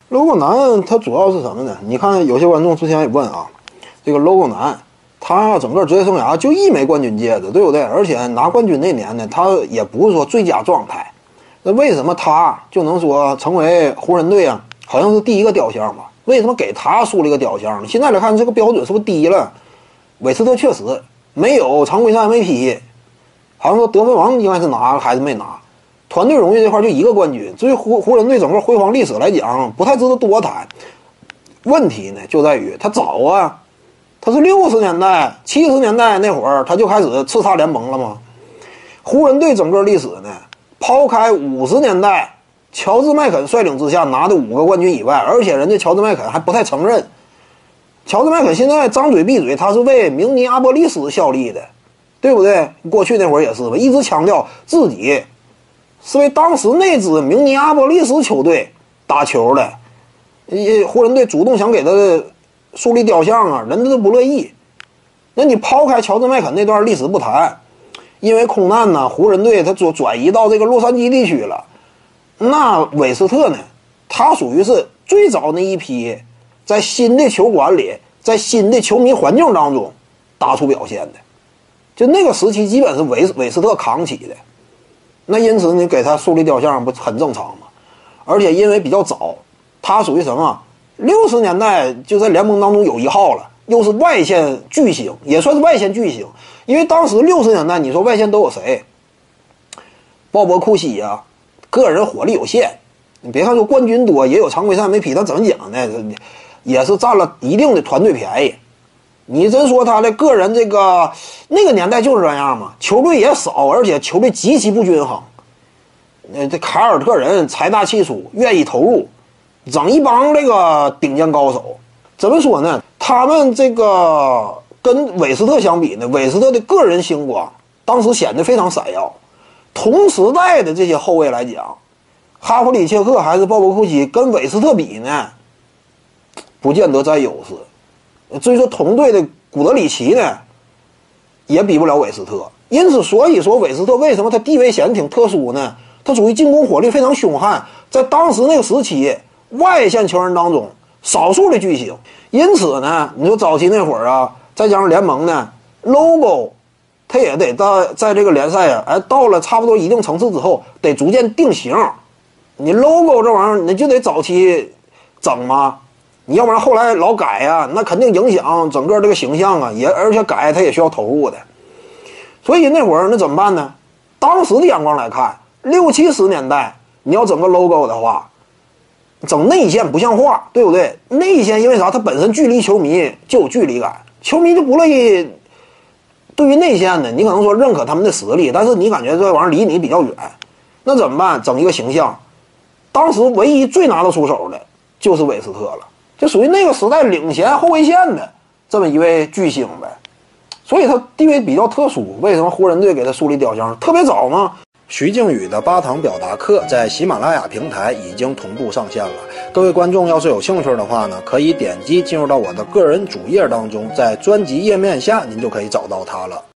logo 男他主要是什么呢？你看有些观众之前也问啊，这个 logo 男他整个职业生涯就1枚冠军戒指，对不对？而且拿冠军那年呢，他也不是说最佳状态。那为什么他就能说成为湖人队啊？好像是第一个雕像吧？为什么给他树了一个雕像呢？现在来看这个标准是不是低了？韦斯特确实没有常规赛 MVP， 好像说得分王应该是拿还是没拿。团队荣誉这块就一个冠军，至于湖人队整个辉煌历史来讲，不太值得多谈。问题呢就在于他早啊，他是60年代、70年代那会儿他就开始叱咤联盟了吗？湖人队整个历史呢，抛开50年代乔治麦肯率领之下拿的5个冠军以外，而且人家乔治麦肯还不太承认。乔治麦肯现在张嘴闭嘴，他是为明尼阿波利斯效力的，对不对？过去那会儿也是吧，一直强调自己是为当时那支明尼阿波利斯球队打球的。湖人队主动想给他树立雕像啊，人家都不乐意。那你抛开乔治麦肯那段历史不谈，因为空难呢，湖人队他转移到这个洛杉矶地区了。那韦斯特呢，他属于是最早那一批在新的球馆里，在新的球迷环境当中打出表现的，就那个时期基本是韦斯特扛起的。那因此你给他树立雕像不很正常吗？而且因为比较早，他属于什么？60年代就在联盟当中有一号了，又是外线巨星，也算是外线巨星。因为当时60年代你说外线都有谁？鲍勃库西啊，个人火力有限。你别看说冠军多，也有常规赛没批，但怎么讲呢？也是占了一定的团队便宜。你真说他的个人那个年代就是这样嘛，球队也少，而且球队极其不均衡。这凯尔特人财大气粗，愿意投入，整一帮这个顶尖高手。怎么说呢？他们这个跟韦斯特相比呢，韦斯特的个人星光当时显得非常闪耀。同时代的这些后卫来讲，哈弗里切克还是鲍勃库西跟韦斯特比呢，不见得占优势。至于说同队的古德里奇呢，也比不了韦斯特。因此，所以说韦斯特为什么他地位显得挺特殊呢？他属于进攻火力非常凶悍，在当时那个时期，外线球员当中少数的巨星。因此呢，你说早期那会儿啊，再加上联盟呢 ，logo 他也得在这个联赛啊，到了差不多一定层次之后，得逐渐定型。你 logo 这玩意儿，你就得早期整嘛，你要不然后来老改啊，那肯定影响整个这个形象啊，而且改它也需要投入的。所以那会儿那怎么办呢？当时的眼光来看，60、70年代你要整个 logo 的话，整内线不像话，对不对？内线因为啥？它本身距离球迷就有距离感，球迷就不乐意。对于内线呢，你可能说认可他们的实力，但是你感觉这玩意儿离你比较远，那怎么办？整一个形象。当时唯一最拿得出手的就是韦斯特了，就属于那个时代领衔后卫线的这么一位巨星呗。所以他地位比较特殊。为什么湖人队给他树立雕像？特别早吗？ 徐静宇的8堂表达课在喜马拉雅平台已经同步上线了。各位观众要是有兴趣的话呢，可以点击进入到我的个人主页当中，在专辑页面下您就可以找到它了。